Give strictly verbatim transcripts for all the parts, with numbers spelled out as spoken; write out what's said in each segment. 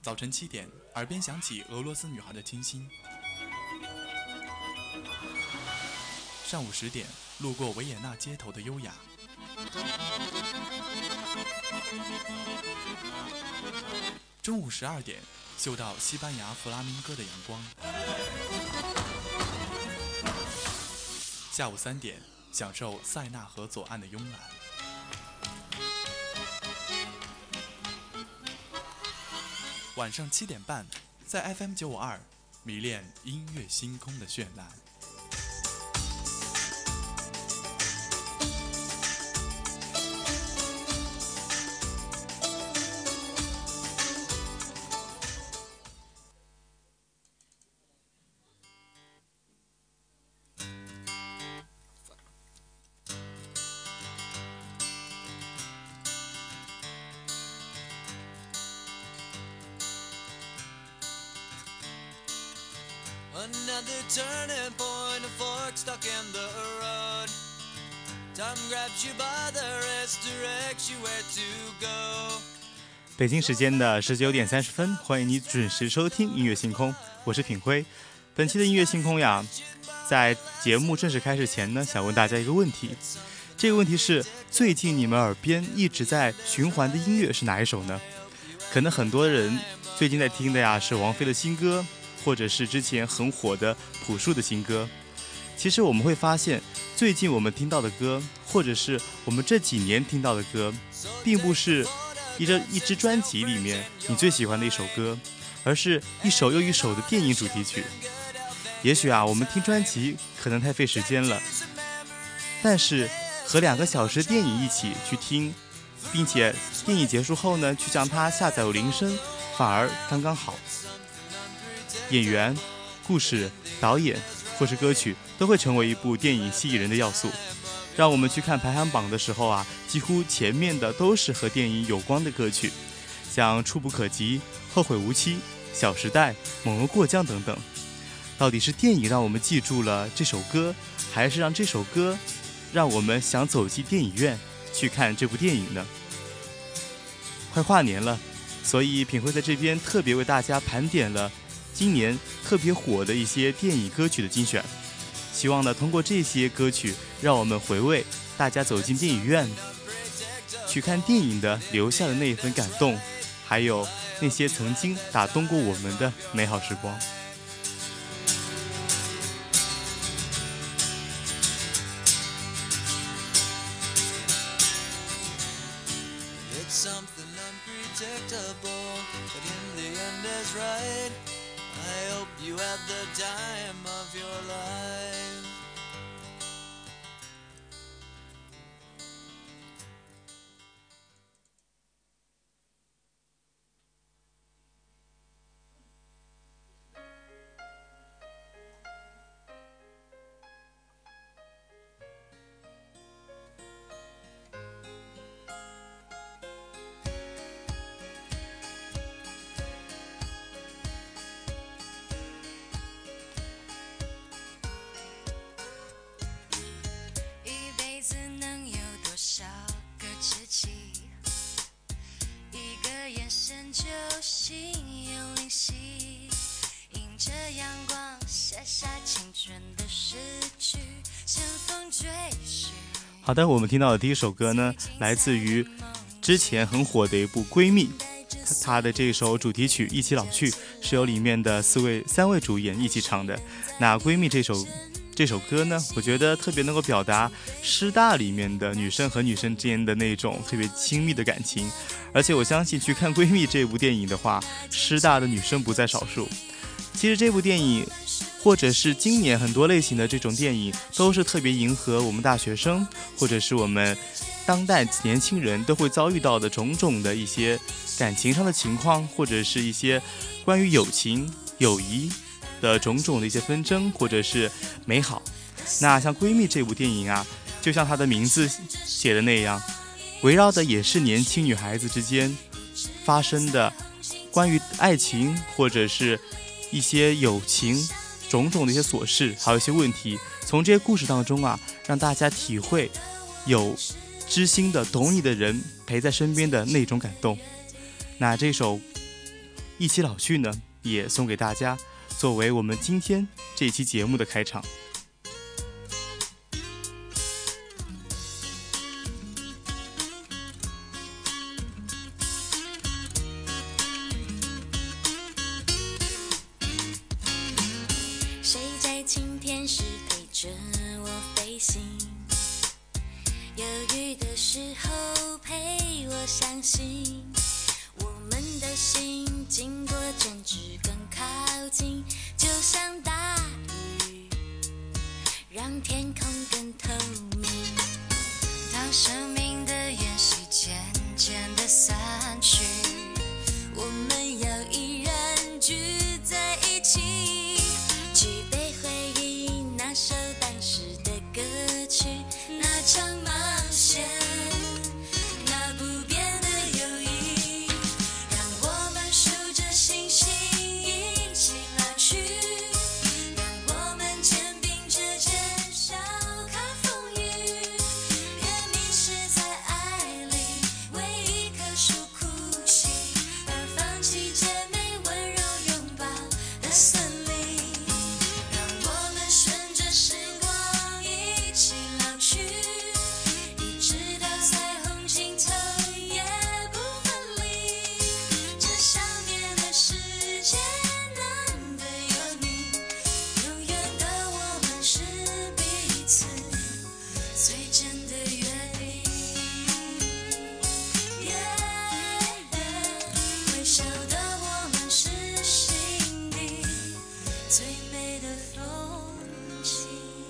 早晨七点，耳边响起俄罗斯女孩的清新；上午十点，路过维也纳街头的优雅；中午十二点，嗅到西班牙弗拉明戈的阳光；下午三点，享受塞纳河左岸的慵懒。晚上七点半，在 F M 九五二，迷恋音乐星空的绚烂。 Another turning point, a fork stuck in the road. Time grabs you by the wrist, directs you where to go. 北京时间的十九点三十分，欢迎你准时收听音乐星空，我是品辉。本期的音乐星空呀，在节目正式开始前呢，想问大家一个问题。这个问题是：最近你们耳边一直在循环的音乐是哪一首呢？可能很多人最近在听的呀是王菲的新歌，或者是之前很火的朴树的新歌。其实我们会发现，最近我们听到的歌，或者是我们这几年听到的歌，并不是一张一支专辑里面你最喜欢的一首歌，而是一首又一首的电影主题曲。也许啊，我们听专辑可能太费时间了，但是和两个小时电影一起去听，并且电影结束后呢，去将它下载为铃声，反而刚刚好。演员、故事、导演或是歌曲都会成为一部电影吸引人的要素，让我们去看排行榜的时候啊，几乎前面的都是和电影有关的歌曲，像《触不可及》、《后会无期》、《小时代》、《猛龙过江》等等。到底是电影让我们记住了这首歌，还是让这首歌让我们想走进电影院去看这部电影呢？快跨年了，所以品辉在这边特别为大家盘点了今年特别火的一些电影歌曲的精选，希望呢通过这些歌曲，让我们回味大家走进电影院去看电影的留下的那一份感动，还有那些曾经打动过我们的美好时光。 It's something unpredictable, but in the end is right. I hope you had the time of your life. 好的，我们听到的第一首歌呢，来自于之前很火的一部《闺蜜》，它的这首主题曲《一起老去》是由里面的四位三位主演一起唱的。那《闺蜜》这首这首歌呢，我觉得特别能够表达师大里面的女生和女生之间的那种特别亲密的感情，而且我相信去看《闺蜜》这部电影的话，师大的女生不在少数。其实这部电影或者是今年很多类型的这种电影都是特别迎合我们大学生或者是我们当代年轻人都会遭遇到的种种的一些感情上的情况，或者是一些关于友情友谊的种种的一些纷争或者是美好。那像闺蜜这部电影啊，就像它的名字写的那样，围绕的也是年轻女孩子之间发生的关于爱情或者是一些友情种种的一些琐事，还有一些问题，从这些故事当中啊，让大家体会有知心的懂你的人陪在身边的那种感动。那这首一起老去呢，也送给大家，作为我们今天这一期节目的开场。 谁在晴天时陪着我飞行？犹豫的时候陪我相信，我们的心经过争执更靠近，就像大雨，让天空更透明。当生命的延续渐渐地散去，我们要依然聚在一起，举杯回忆那首当时的歌曲，那场冒险，那不变的友谊，让我们数着星星一起老去，让我们肩并着肩笑看风雨，别迷失在爱里为一棵树哭泣，而放弃姐妹温柔拥抱的森林，让我们顺着时光一起老去，一直到彩虹尽头也不分离。这想念的世界难得有你，永远的我们是彼此最真的约定。微笑的我们是心底最美的风景。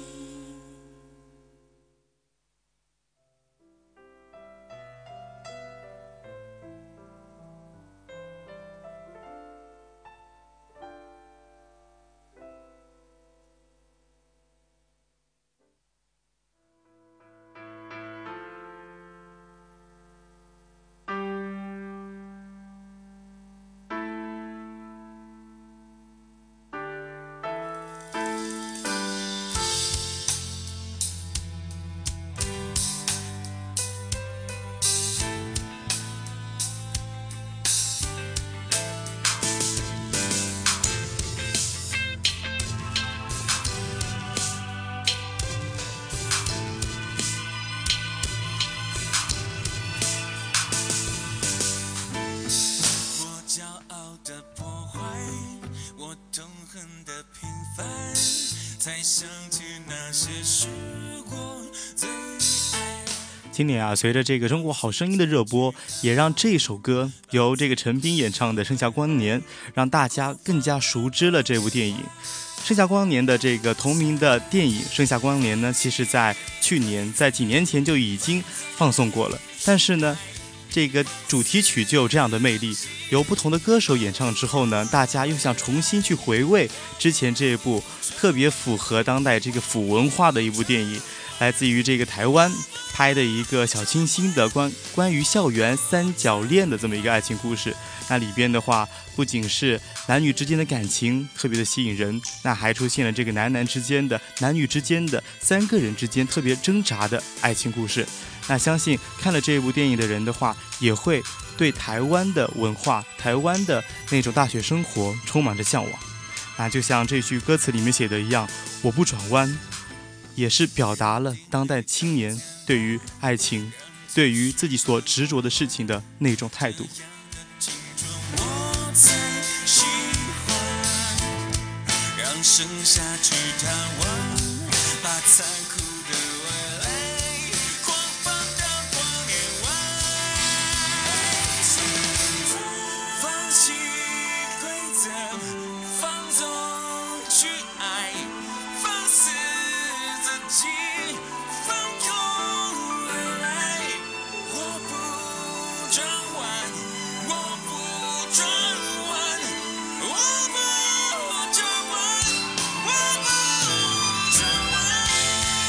我骄傲的破坏，我痛恨的平凡，才想起那些时过最爱。 今年啊，随着这个《中国好声音》的热播，也让这首歌由这个陈斌演唱的《盛夏光年》，让大家更加熟知了这部电影。《盛夏光年》的这个同名的电影《盛夏光年》呢，其实在去年，在几年前就已经放送过了。但是呢，这个主题曲就有这样的魅力，由不同的歌手演唱之后呢，大家又想重新去回味之前这部特别符合当代这个腐文化的一部电影，来自于这个台湾拍的一个小清新的关关于校园三角恋的这么一个爱情故事。那里边的话，不仅是男女之间的感情特别的吸引人，那还出现了这个男男之间的、男女之间的、三个人之间特别挣扎的爱情故事。那相信看了这部电影的人的话，也会对台湾的文化、台湾的那种大学生活充满着向往。那就像这句歌词里面写的一样，我不转弯，也是表达了当代青年对于爱情、对于自己所执着的事情的那种态度。 青春我最喜欢，让盛夏去探望，把残酷的未来狂放到光年外，放弃规则，放纵去爱，放肆自己，放空未来，我不转弯，我不转弯，我不转弯，我不转弯。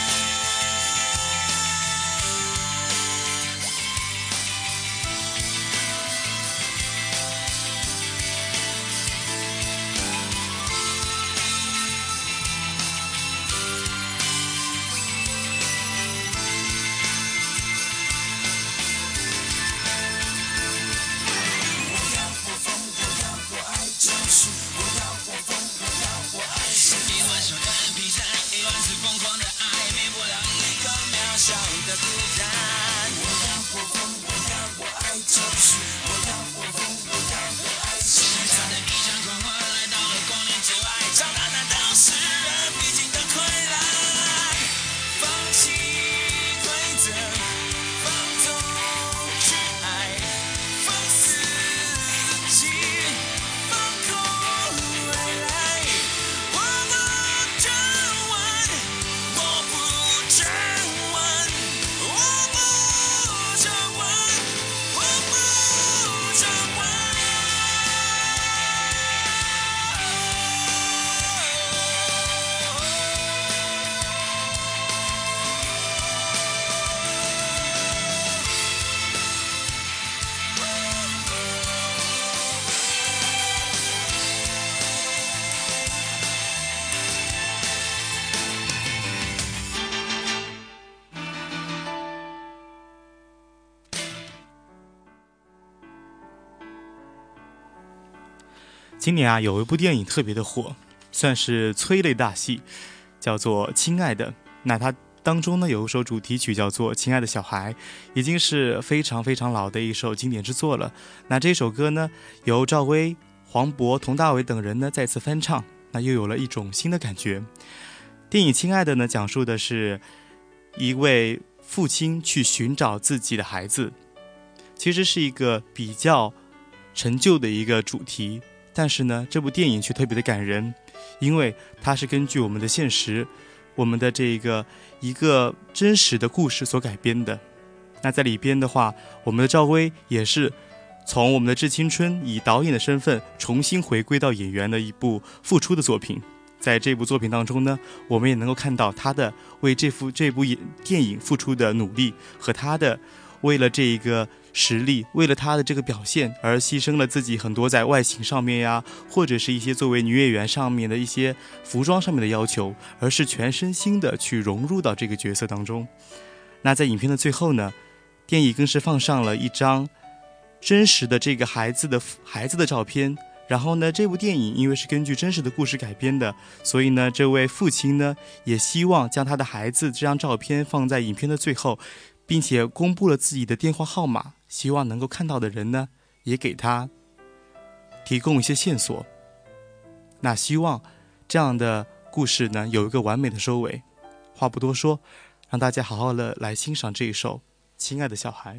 今年啊，有一部电影特别的火，算是催泪大戏，叫做《亲爱的》。那它当中呢，有一首主题曲叫做《亲爱的小孩》，已经是非常非常老的一首经典之作了。那这首歌呢，由赵薇、黄渤、佟大为等人呢再次翻唱，那又有了一种新的感觉。电影《亲爱的》呢，讲述的是一位父亲去寻找自己的孩子，其实是一个比较陈旧的一个主题。但是呢，这部电影却特别的感人，因为它是根据我们的现实，我们的这个一个真实的故事所改编的。那在里边的话，我们的赵薇也是从我们的致青春以导演的身份重新回归到演员的一部复出的作品。在这部作品当中呢，我们也能够看到她的为这部这部电影付出的努力，和她的为了这一个实力，为了她的这个表现而牺牲了自己很多在外形上面呀，或者是一些作为女演员上面的一些服装上面的要求，而是全身心的去融入到这个角色当中。那在影片的最后呢，电影更是放上了一张真实的这个孩子的孩子的照片。然后呢，这部电影因为是根据真实的故事改编的，所以呢，这位父亲呢也希望将他的孩子这张照片放在影片的最后，并且公布了自己的电话号码，希望能够看到的人呢也给他提供一些线索。那希望这样的故事呢有一个完美的收尾。话不多说，让大家好好的来欣赏这一首《亲爱的小孩》。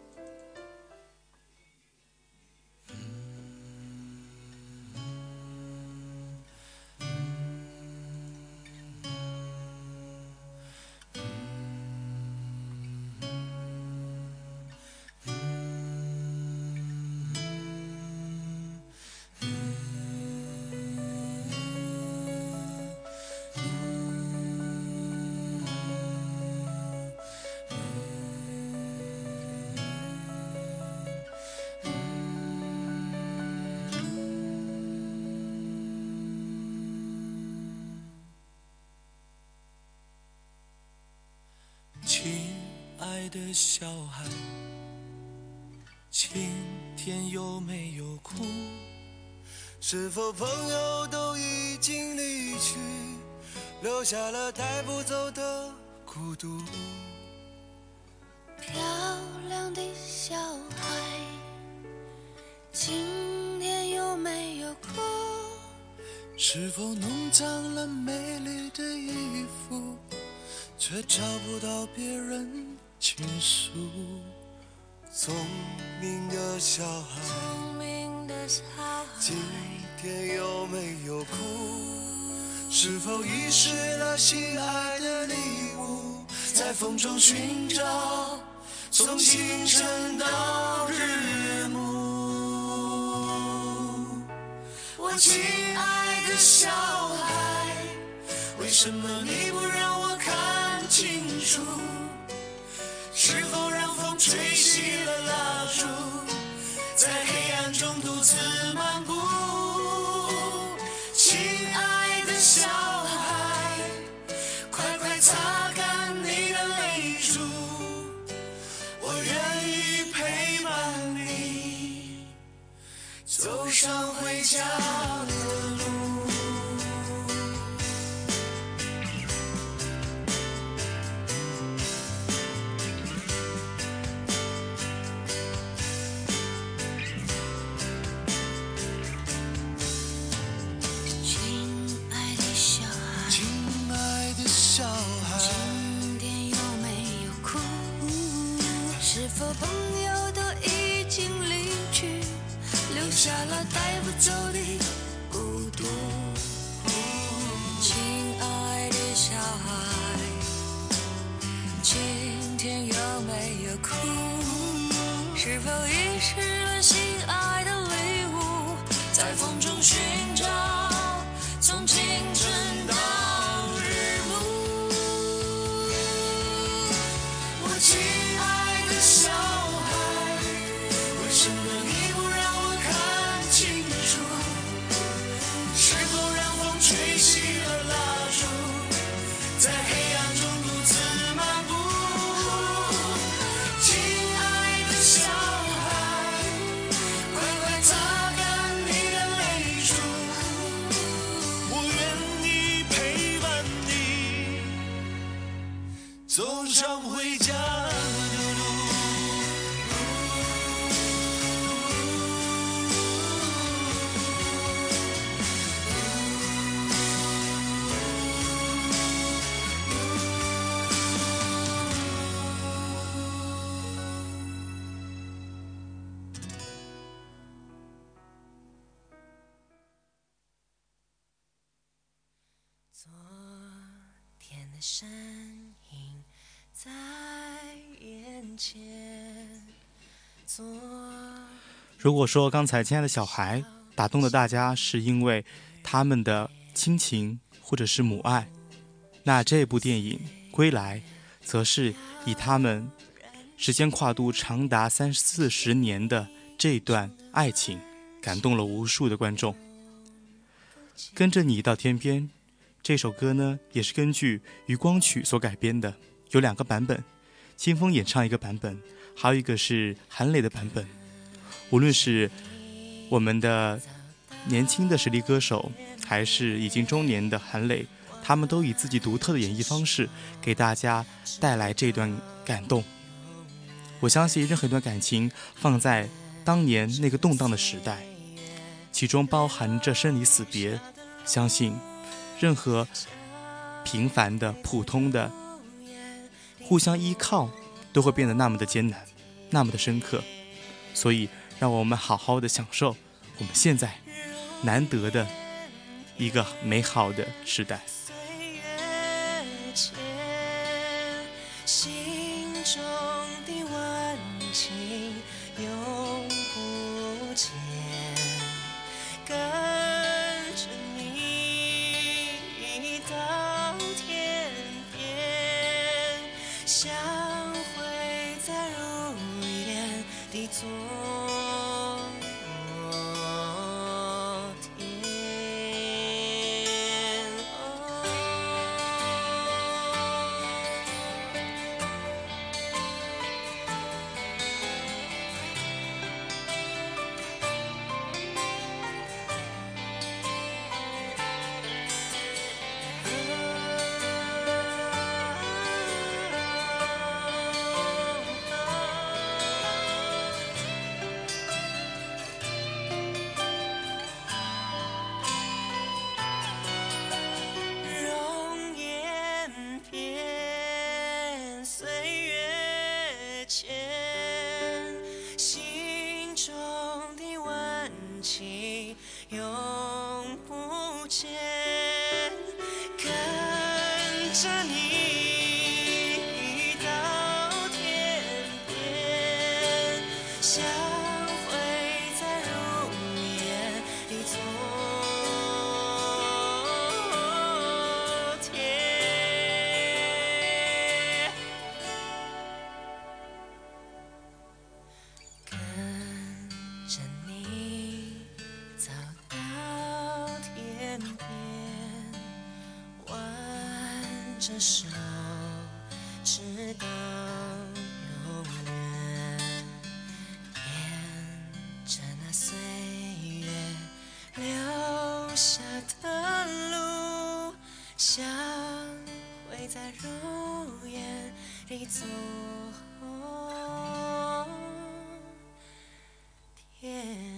亲爱的小孩，今天有没有哭？是否朋友都已经离去，留下了带不走的孤独？ 漂亮的小孩，今天有没有哭？ 是否弄脏了美丽的衣服，却找不到别人倾诉？聪明的小孩， 聪明的小孩， 今天有没有哭？是否遗失了心爱的礼物，在风中寻找，从清晨到日暮。我亲爱的小孩，为什么你不让我看清楚？是否让风吹熄了蜡烛，在黑暗中独自漫步？亲爱的小孩，快快擦干你的泪珠，我愿意陪伴你走上回家的路。 昨天的身影在眼前。昨如果说刚才亲爱的小孩打动了大家是因为他们的亲情或者是母爱，那这部电影《归来》则是以他们时间跨度长达三四十年的这段爱情感动了无数的观众。跟着你到天边这首歌呢，也是根据余光曲所改编的，有两个版本，清风演唱一个版本，还有一个是韩磊的版本。无论是我们的年轻的实力歌手，还是已经中年的韩磊，他们都以自己独特的演绎方式给大家带来这段感动。我相信任何一段感情放在当年那个动荡的时代，其中包含着生离死别，相信任何平凡的普通的互相依靠都会变得那么的艰难，那么的深刻。所以让我们好好的享受我们现在难得的一个美好的时代。 心中的温情永不见，跟着你到天边，相会在如烟的昨手直到永远，沿着那岁月留下的路，相会在如烟里昨天。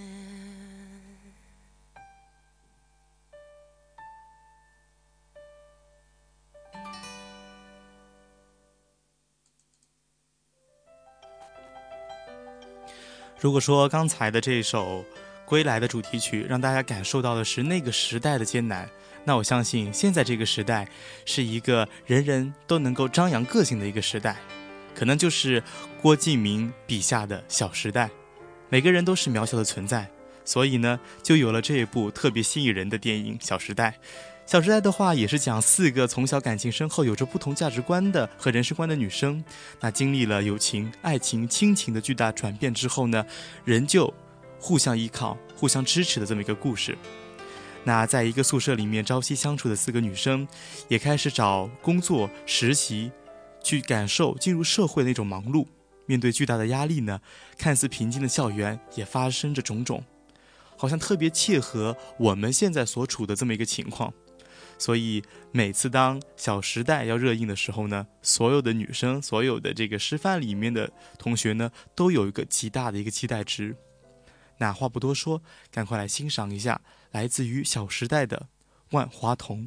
如果说刚才的这首《归来》的主题曲让大家感受到的是那个时代的艰难，那我相信现在这个时代是一个人人都能够张扬个性的一个时代，可能就是郭敬明笔下的小时代，每个人都是渺小的存在，所以呢就有了这一部特别吸引人的电影《小时代》。小时代的话也是讲四个从小感情深厚有着不同价值观的和人生观的女生，那经历了友情爱情亲情的巨大转变之后呢，人就互相依靠互相支持的这么一个故事。那在一个宿舍里面朝夕相处的四个女生也开始找工作实习，去感受进入社会的那种忙碌，面对巨大的压力呢，看似平静的校园也发生着种种，好像特别切合我们现在所处的这么一个情况。所以每次当《小时代》要热映的时候呢，所有的女生所有的这个师范里面的同学呢，都有一个极大的一个期待值。那话不多说，赶快来欣赏一下来自于《小时代》的《万花筒》。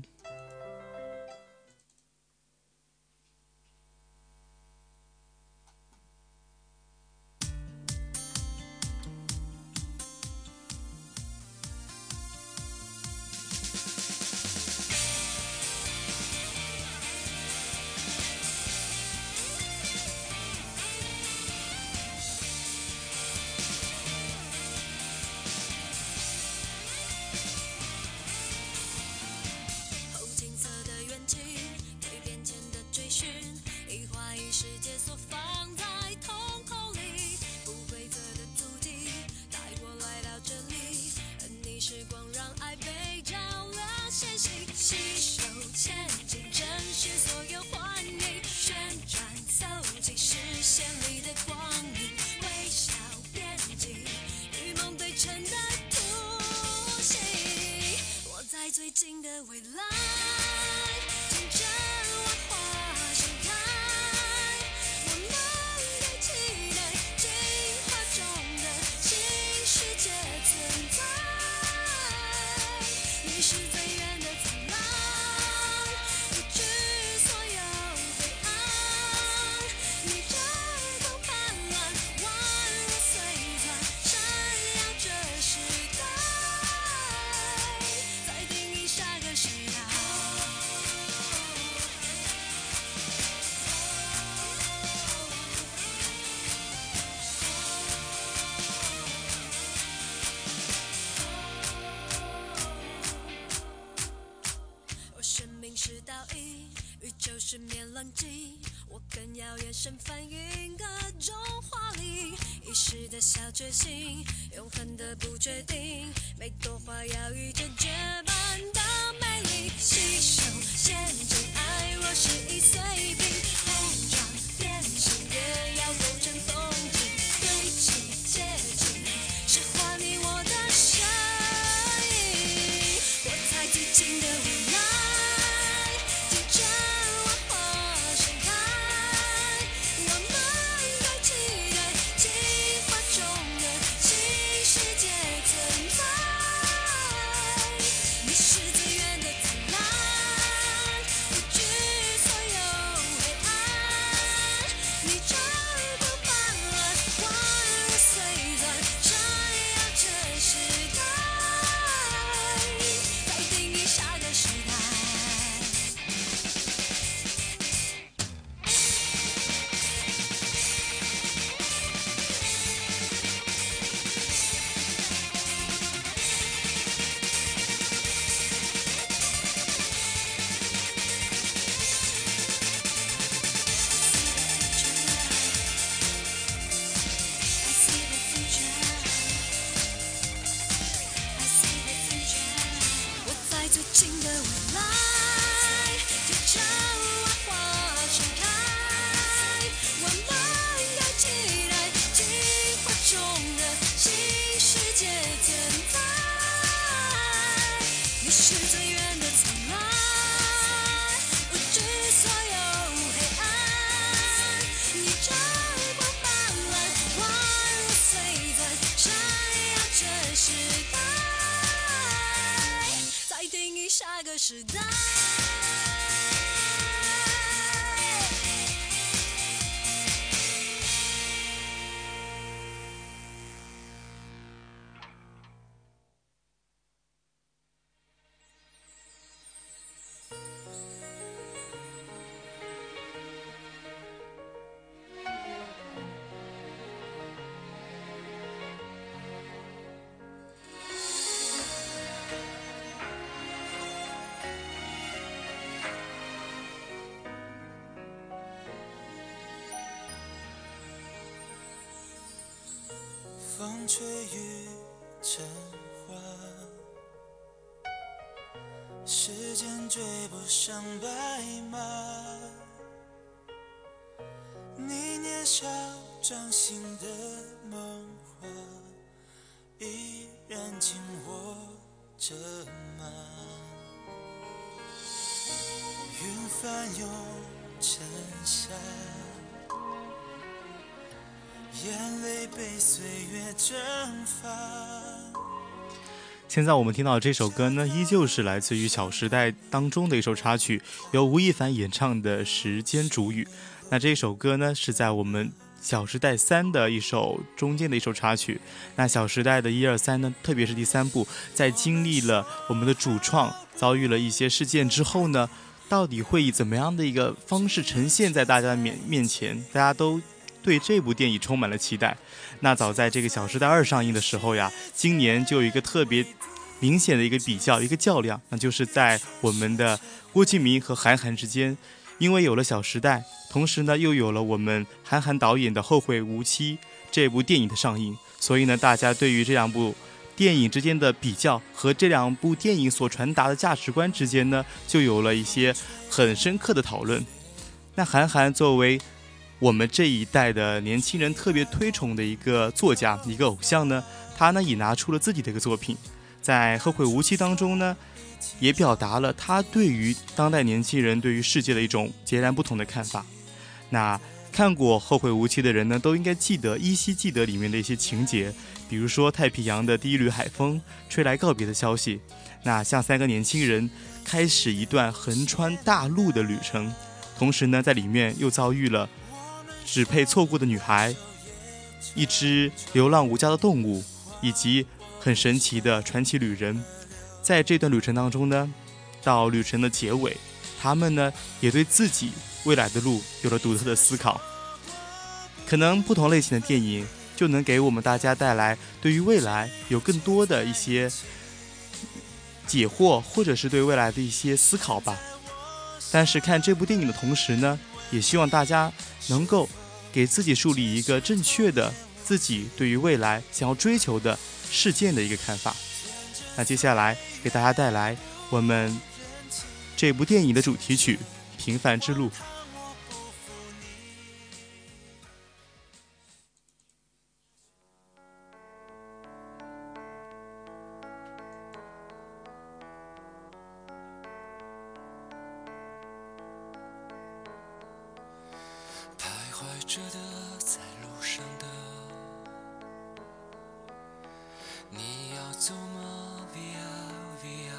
让爱被照亮先行，携手前进，珍惜所有欢迎，旋转走进视线里的光影，微笑边际，与梦对称的图形。我在最近的未来，听着万花盛开，我们的期待，进化中的新世界存在。你是最远的灿烂，不惧所有黑暗，你这光灿烂，万物随转，闪耀这时代，在定义下个时代。我生命是倒影，宇宙是面浪迹，我更遥远身翻云各种华丽，一时的小决心，永恒的不确定，每朵花要遇着绝版的美丽，携手前进，爱若是易碎冰，碰撞变形，也要构成风景，对齐接近，是画你我的身影，我在最近的未来，听着万花盛开，我们的期待，进化中的新世界存在。你是最远的灿烂，不惧所有黑暗，你这光泛滥，万物随转，闪耀这时代，在定义下个时代。我在最近的未来，听着万花盛开，我们的期待，进化中的新世界存在。你是最远的灿烂，不惧所有黑暗，你这光泛滥，万物随转，闪耀这时代，在定义下个时代。 风吹雨成花，时间追不上白马，你年少掌心的梦话，依然紧握着吗？云翻涌成沙，眼泪被岁月蒸发。 现在我们听到的这首歌呢，依旧是来自于《小时代》当中的一首插曲，由吴亦凡演唱的《时间煮雨》。那这首歌呢，是在我们《小时代三》的一首中间的一首插曲。那《小时代》的一二三呢，特别是第三部，在经历了我们的主创遭遇了一些事件之后呢，到底会以怎么样的一个方式呈现在大家的面面前？大家都对这部电影充满了期待。那早在这个《小时代二》上映的时候呀，今年就有一个特别明显的一个比较，一个较量，那就是在我们的郭敬明和韩寒之间。因为有了《小时代》，同时呢又有了我们韩寒导演的《后会无期》这部电影的上映，所以呢大家对于这两部电影之间的比较和这两部电影所传达的价值观之间呢，就有了一些很深刻的讨论。那韩寒作为我们这一代的年轻人特别推崇的一个作家，一个偶像呢，他呢也拿出了自己的一个作品，在《后会无期》当中呢，也表达了他对于当代年轻人对于世界的一种截然不同的看法。那看过《后会无期》的人呢，都应该记得依稀记得里面的一些情节，比如说太平洋的第一缕海风吹来告别的消息，那像三个年轻人开始一段横穿大陆的旅程，同时呢在里面又遭遇了只配错过的女孩，一只流浪无家的动物，以及很神奇的传奇旅人。在这段旅程当中呢，到旅程的结尾，他们呢也对自己未来的路有了独特的思考。可能不同类型的电影就能给我们大家带来对于未来有更多的一些解惑，或者是对未来的一些思考吧。但是看这部电影的同时呢，也希望大家能够给自己树立一个正确的自己对于未来想要追求的事件的一个看法。那接下来给大家带来我们这部电影的主题曲《平凡之路》。 徘徊着的，在路上的，你要走吗 ？Via Via。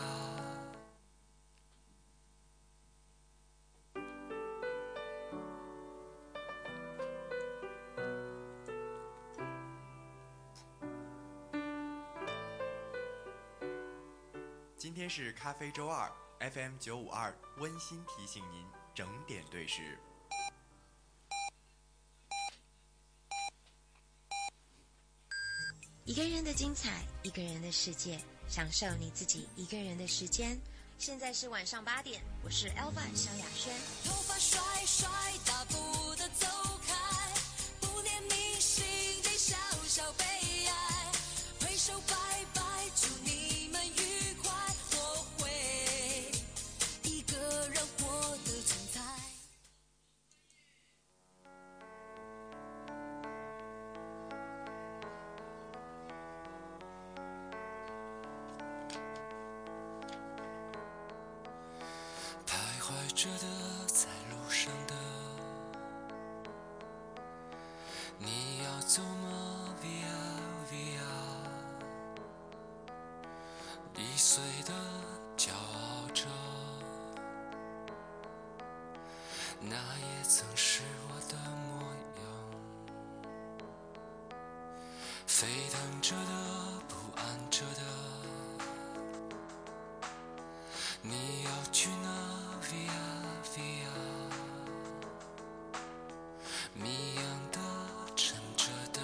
今天是咖啡周二 ，F M 九五二温馨提醒您整点对时。 一个人的精彩，一个人的世界，享受你自己一个人的时间。现在是晚上八点，我是 Elva 萧亚轩。 头发甩甩，大步的走开，不念你心里小小悲哀，挥手拜拜，祝你们愉快，我会一个人活得精彩。 徘徊着的，在路上的，你要走吗 ？Via Via。易碎的，骄傲着，那也曾是我的模样。沸腾着的，不安着的，你要去哪 ？Via Via。谜样的，沉着的，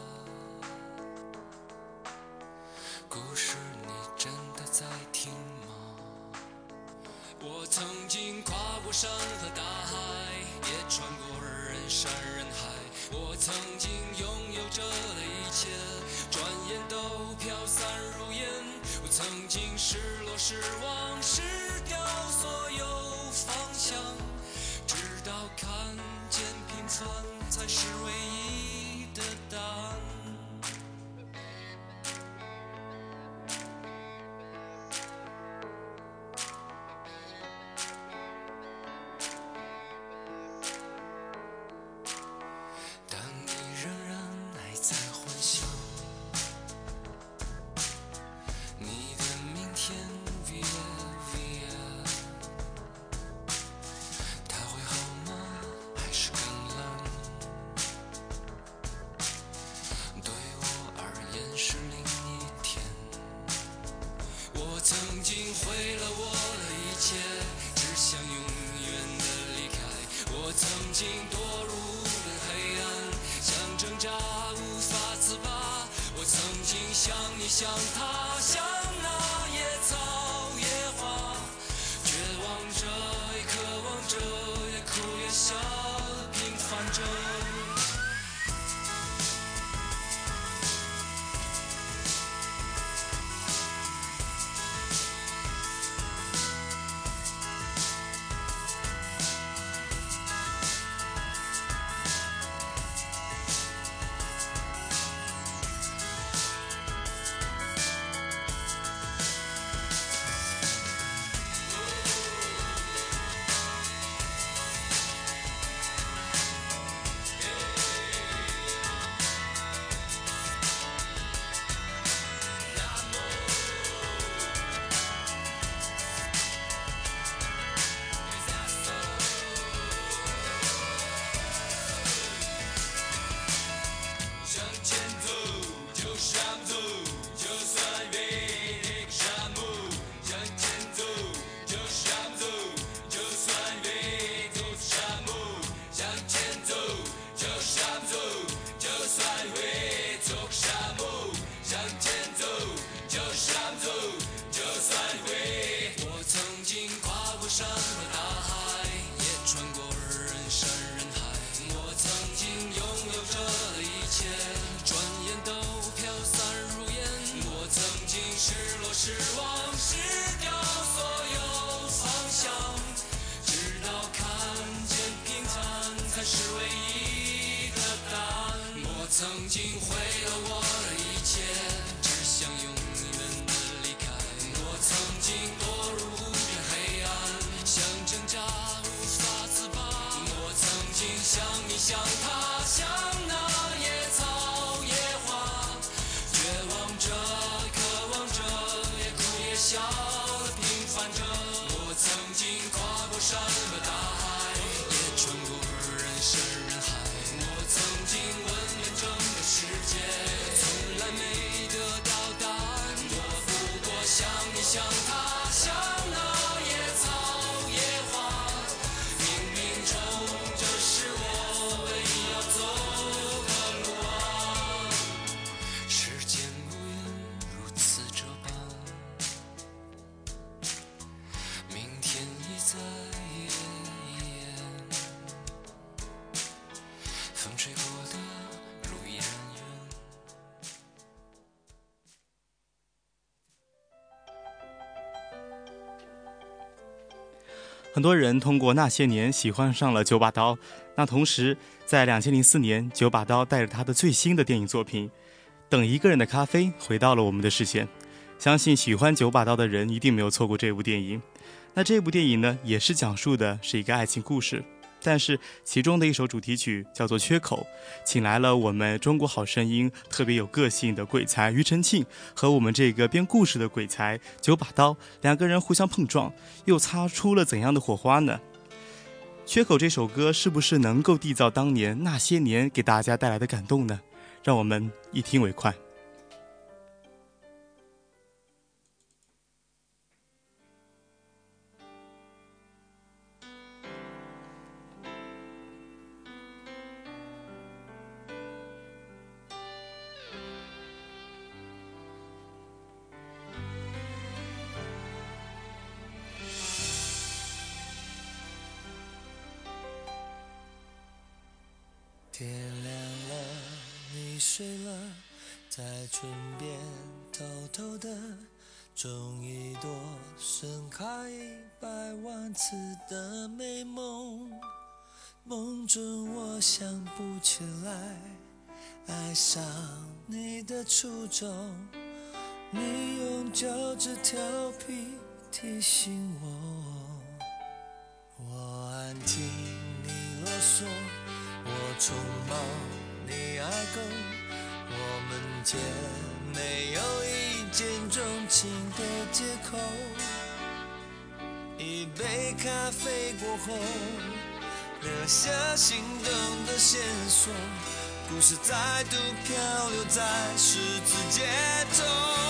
故事你真的在听吗？我曾经跨过山和大海，也穿过人山人海。我曾经拥有着的一切，转眼都飘散如烟。我曾经失落失望失掉所有方向，直到看见平凡才是唯一的答案。当你仍然还在幻想你的明天 Via Via， 它会好吗？还是更冷？对我而言是另一天。我曾经毁了我的一切，只想永远的离开。我曾经堕入黑暗，想挣扎无法自拔。我曾经像你像他，像那野草野花，绝望着也渴望着，也哭也笑，平凡着。 像他，像那野草野花，冥冥中这是我唯一要走的路啊。时间无言如此这般，明天已在眼前，风吹过的路依然远。 很多人通过那些年喜欢上了九把刀，那同时在两千零四年，九把刀带着他的最新的电影作品《等一个人的咖啡》回到了我们的视线。相信喜欢九把刀的人一定没有错过这部电影。那这部电影呢，也是讲述的是一个爱情故事，但是其中的一首主题曲叫做《缺口》，请来了我们中国好声音特别有个性的鬼才庾澄庆和我们这个编故事的鬼才九把刀，两个人互相碰撞，又擦出了怎样的火花呢？缺口这首歌是不是能够缔造当年那些年给大家带来的感动呢？让我们一听为快。 天亮了，你睡了，在唇边偷偷的种一朵盛开一百万次的美梦。梦中我想不起来爱上你的初衷，你用脚趾调皮提醒我，我安静你啰嗦，我匆忙你爱够，我们间没有一见钟情的借口。一杯咖啡过后，留下心动的线索，故事再度漂流在十字街头。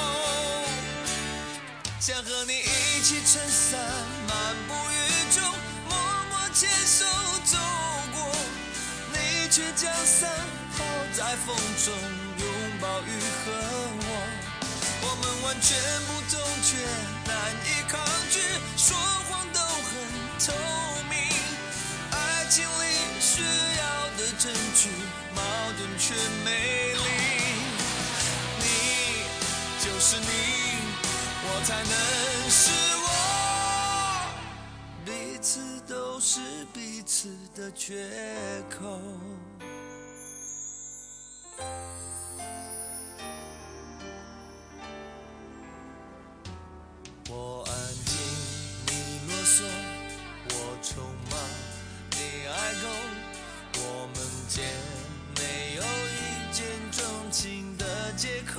想和你一起撑伞漫步雨中，默默牵手走过，你却将伞抛在风中，拥抱雨和我。我们完全不同却难以抗拒，说谎都很透明，爱情里需要的证据，矛盾却美丽。你就是你，我才能是我，彼此都是彼此的缺口。我安静，你啰嗦，我匆忙，你爱够，我们间没有一见钟情的借口。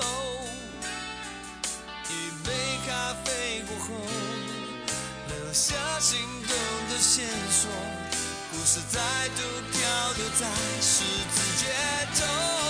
一杯咖啡过后，留下心动的线索，故事再度漂流在十字街头。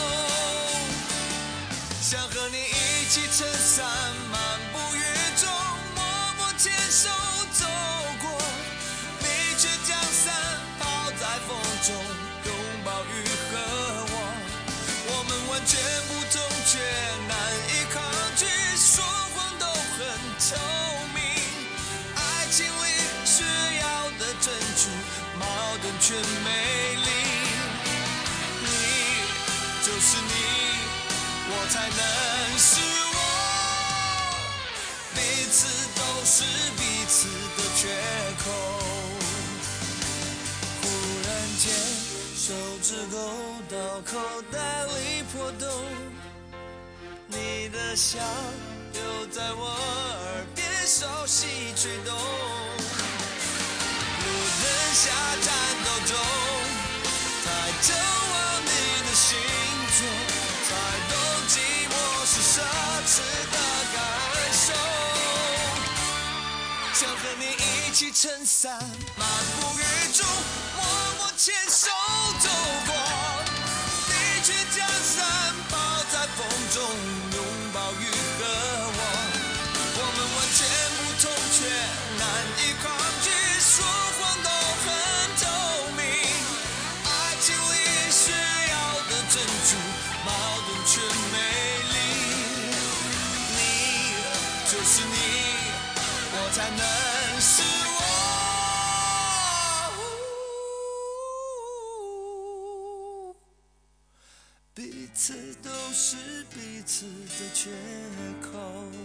想和你一起撑伞漫步雨中，默默牵手走过，你却将伞抛在风中，拥抱雨和我。我们完全不同却难以抗拒，说谎都很透明，爱情里需要的证据，矛盾却美丽。你就是你，我才能是我，彼此都是彼此的缺口。忽然间手指勾到口袋里破洞，你的笑又在我耳边熟悉吹动。路灯下颤抖中，抬头望你的星座，才懂寂寞是奢侈的感受。想和你一起撑伞漫步雨中，默默牵手走过，你却将伞抛在风中，拥抱雨和我。我们完全却难以抗拒，说谎都很透明。爱情里需要的珍珠，矛盾却美丽。你就是你，我才能是我。彼此都是彼此的缺口。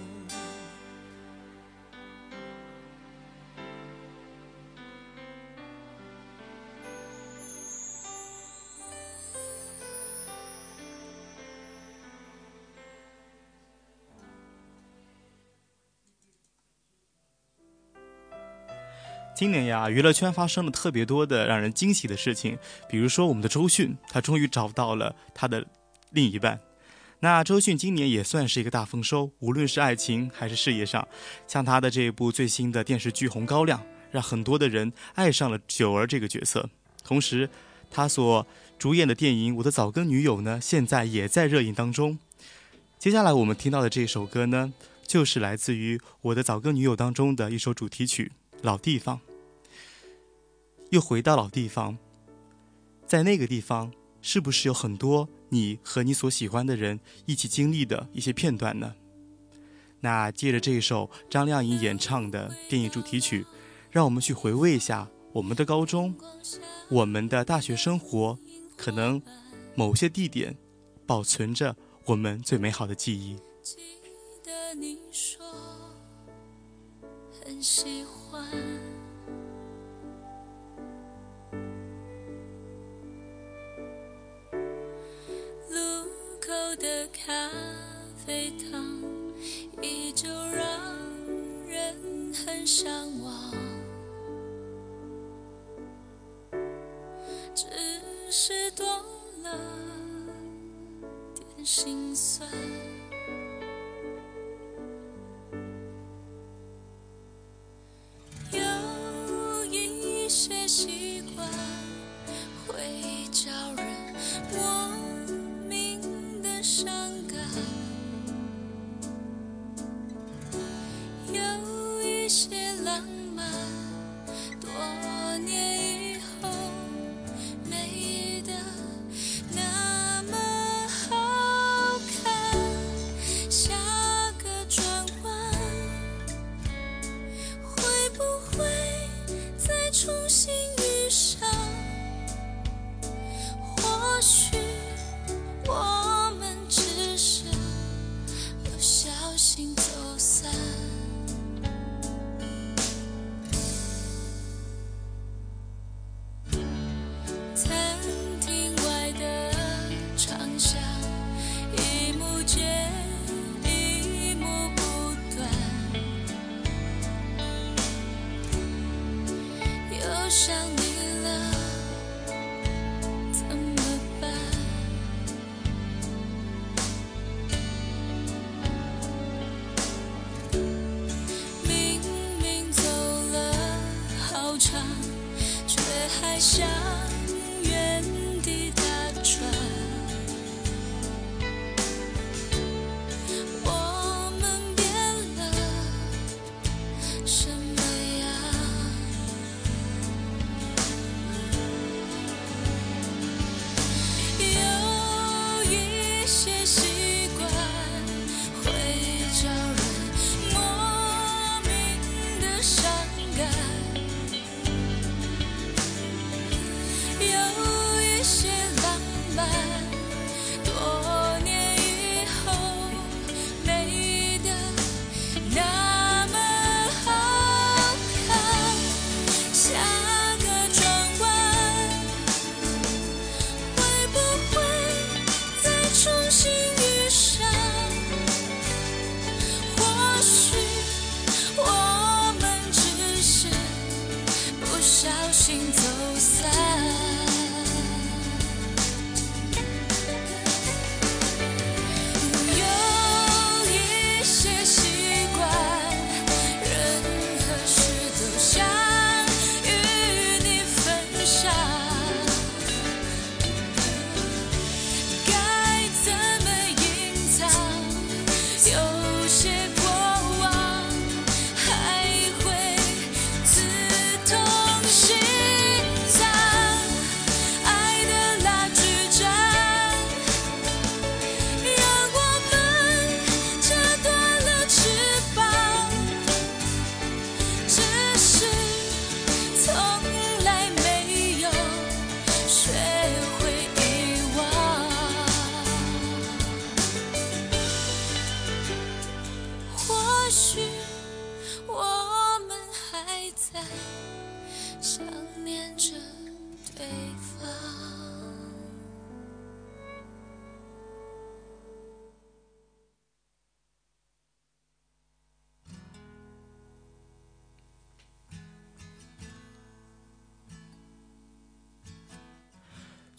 今年呀，娱乐圈发生了特别多的让人惊喜的事情，比如说我们的周迅，他终于找到了他的另一半。那周迅今年也算是一个大丰收，无论是爱情还是事业上，像他的这一部最新的电视剧《红高粱》，让很多的人爱上了九儿这个角色。同时，他所主演的电影《我的早更女友》呢，现在也在热映当中。接下来我们听到的这首歌呢，就是来自于《我的早更女友》当中的一首主题曲《老地方》。又回到老地方，在那个地方，是不是有很多你和你所喜欢的人一起经历的一些片段呢？那借着这一首张靓颖演唱的电影主题曲，让我们去回味一下我们的高中，我们的大学生活，可能某些地点保存着我们最美好的记忆。 记得你说很喜欢路口的咖啡糖，依旧让人很向往，只是多了点心酸。有一些习惯会叫人莫名的伤感，有一些浪漫多年以后没得那么好看。下个转弯会不会再重新遇上？或许我们只是不小心走散。餐厅外的长巷，一幕接一幕不断，又想你了怎么办？明明走了好长，却还想原地打转。我们变了什么呀？有一些习惯会叫人莫名的伤感，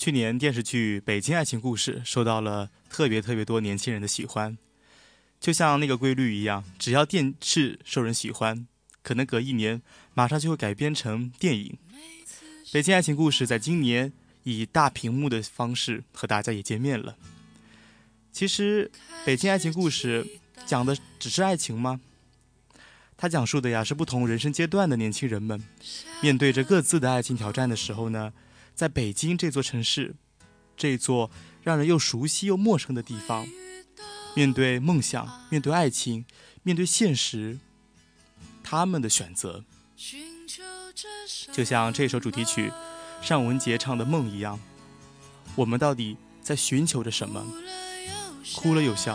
去年电视剧《北京爱情故事》受到了特别特别多年轻人的喜欢，就像那个规律一样，只要电视受人喜欢，可能隔一年马上就会改编成电影。《北京爱情故事》在今年以大屏幕的方式和大家也见面了。其实《北京爱情故事》讲的只是爱情吗？它讲述的呀是不同人生阶段的年轻人们面对着各自的爱情挑战的时候呢，在北京这座城市，这座让人又熟悉又陌生的地方，面对梦想，面对爱情，面对现实，他们的选择，就像这首主题曲尚雯婕唱的《梦》一样，我们到底在寻求着什么？哭了又笑。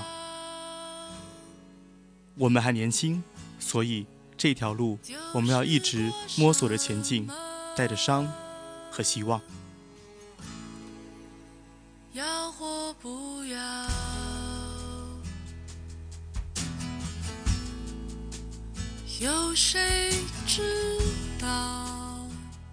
我们还年轻，所以这条路我们要一直摸索着前进，带着伤和希望。 要或不要，有谁知道？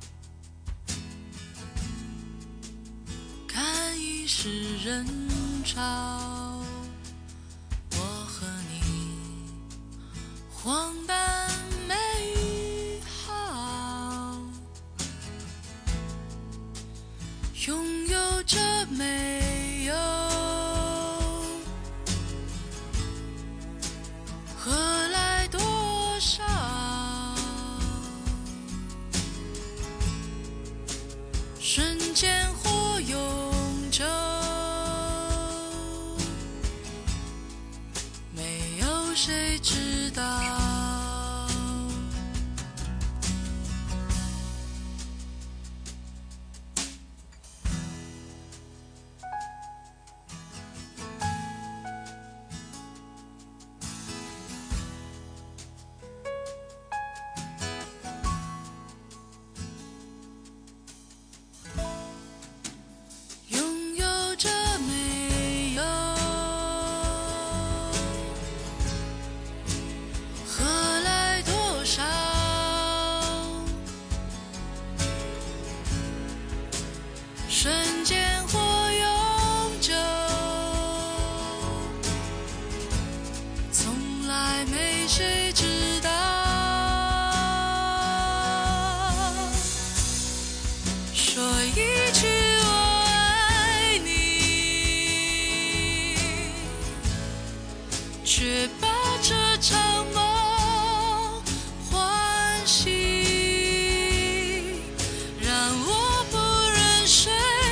看一世人潮，我和你荒诞美好，拥有着没有，何来多少？瞬间或永久，没有谁知道。拥有着没有，何来多少？瞬间或永久，从来没谁知道。说一句我爱你，却把这场梦唤醒，让我不忍睡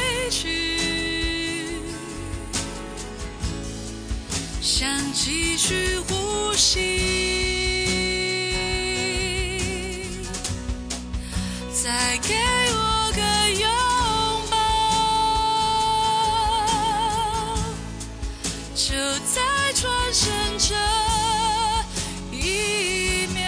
去，想继续呼吸，再给我个拥抱，就在转身这一秒，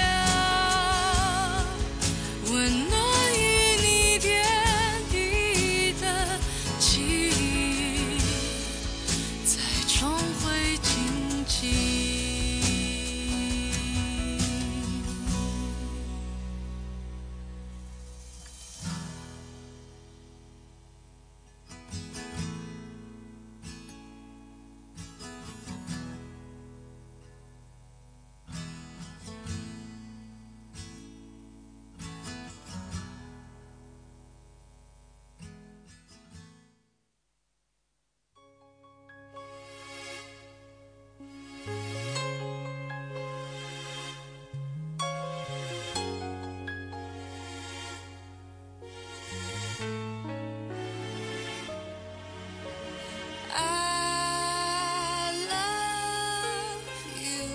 温暖与你点滴的记忆，再重回荆棘。I love you.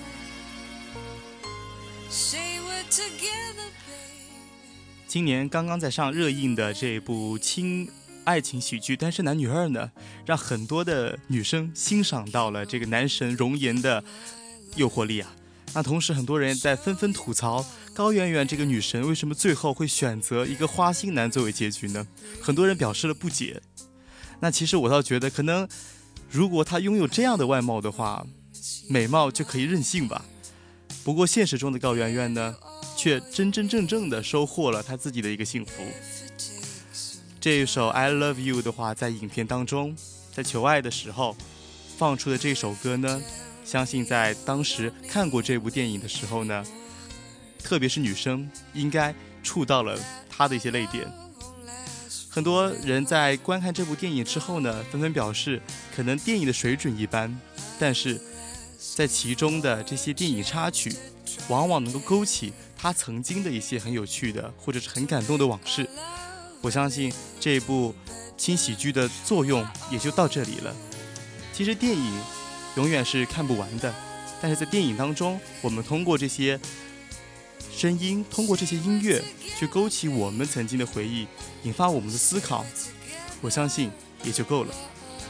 Say we're together, babe. 今年刚刚在上热映的这部轻爱情喜剧《单身男女二》呢，让很多的女生欣赏到了这个男神容颜的诱惑力啊。那同时很多人在纷纷吐槽高圆圆这个女神为什么最后会选择一个花心男作为结局呢？很多人表示了不解。那其实我倒觉得，可能如果她拥有这样的外貌的话，美貌就可以任性吧。不过现实中的高圆圆呢，却真真正正的收获了她自己的一个幸福。 这一首 I Love You 的话，在影片当中，在求爱的时候放出的这首歌呢，相信在当时看过这部电影的时候呢，特别是女生应该触到了她的一些泪点。很多人在观看这部电影之后呢，纷纷表示可能电影的水准一般，但是在其中的这些电影插曲往往能够勾起他曾经的一些很有趣的或者是很感动的往事。我相信这部轻喜剧的作用也就到这里了。其实电影永远是看不完的，但是在电影当中，我们通过这些声音，通过这些音乐去勾起我们曾经的回忆，引发我们的思考，我相信也就够了。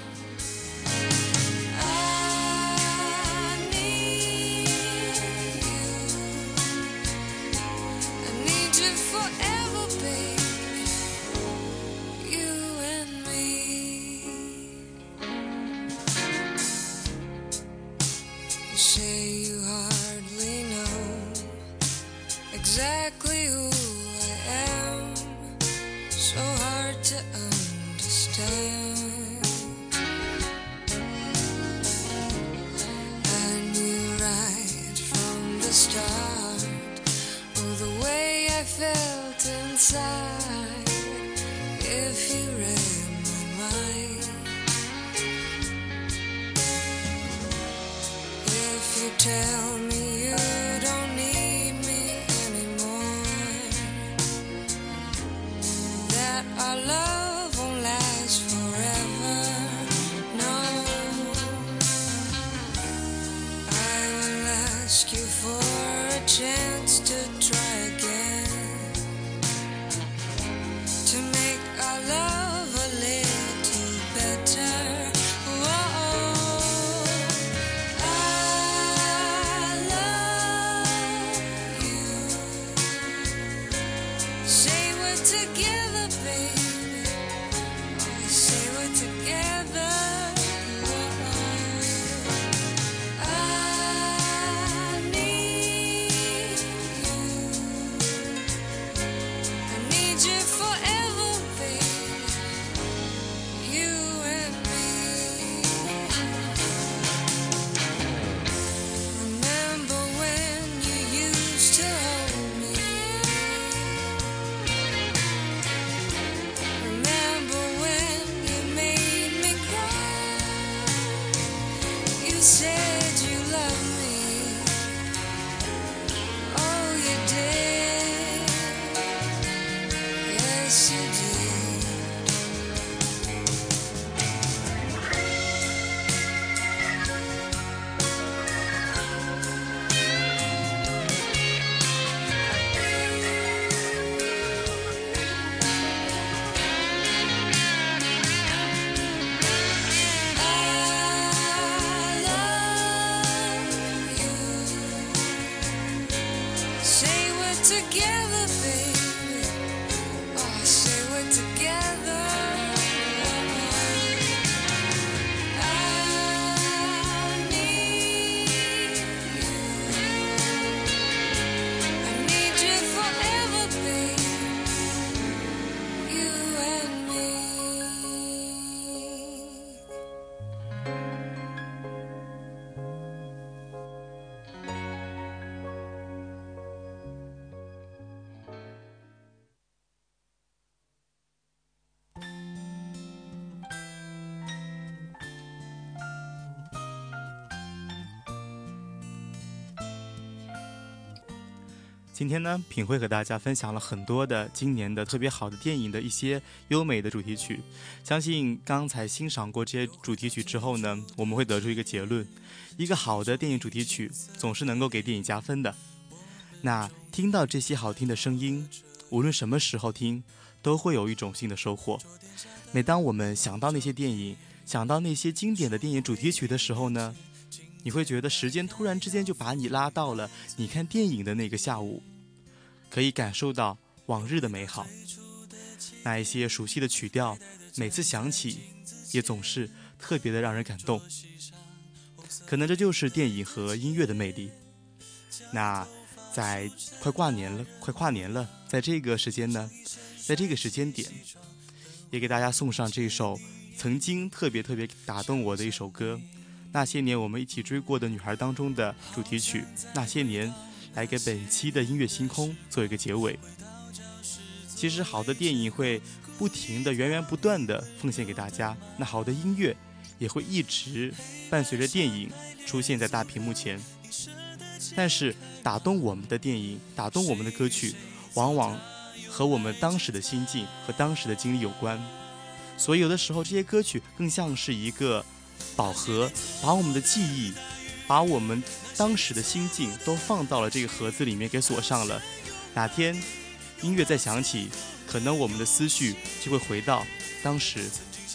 Exactly who I am, so hard to understand. I knew right from the start, oh, the way I felt inside. If you read my mind, if you tell me you don't need me anymore, that our love won't last forever, no, I will ask you for a chance to try again, to make our love a little better. Whoa, I love you. Say we're together, baby. Oh, say we're together. Whoa, I need you. I need you forever, baby. You and me. Remember when you used to hold me? Remember when you made me cry? You said you loved me. Oh, you did. Yes, you did. I love you. Say we're together, baby. Oh, say we're together. I need you. I need you forever, baby. You and me. 今天呢，品会和大家分享了很多的今年的特别好的电影的一些优美的主题曲。相信刚才欣赏过这些主题曲之后呢，我们会得出一个结论：一个好的电影主题曲总是能够给电影加分的。那听到这些好听的声音，无论什么时候听，都会有一种新的收获。每当我们想到那些电影，想到那些经典的电影主题曲的时候呢，你会觉得时间突然之间就把你拉到了你看电影的那个下午，可以感受到往日的美好。那一些熟悉的曲调，每次响起也总是特别的让人感动。可能这就是电影和音乐的魅力。那在快跨年了，快跨年了，在这个时间呢，在这个时间点， 也给大家送上这首曾经特别特别打动我的一首歌，那些年我们一起追过的女孩当中的主题曲《那些年》，来给本期的音乐星空做一个结尾。其实好的电影会不停的源源不断的奉献给大家，那好的音乐也会一直伴随着电影出现在大屏幕前。但是打动我们的电影，打动我们的歌曲，往往和我们当时的心境和当时的经历有关。所以有的时候这些歌曲更像是一个宝盒，把我们的记忆，把我们当时的心境都放到了这个盒子里面，给锁上了。哪天音乐再响起，可能我们的思绪就会回到当时。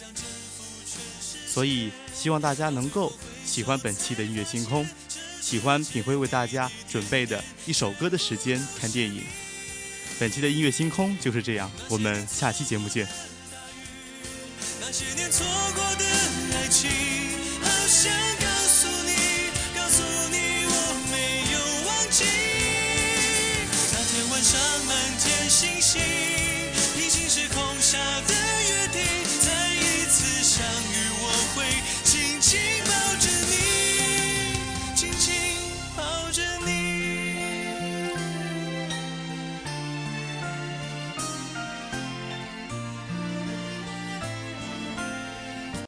所以希望大家能够喜欢本期的音乐星空，喜欢品辉为大家准备的一首歌的时间看电影。本期的音乐星空就是这样，我们下期节目见。 那些年错过的爱情，好想告诉你，告诉你我没有忘记。那天晚上满天星星。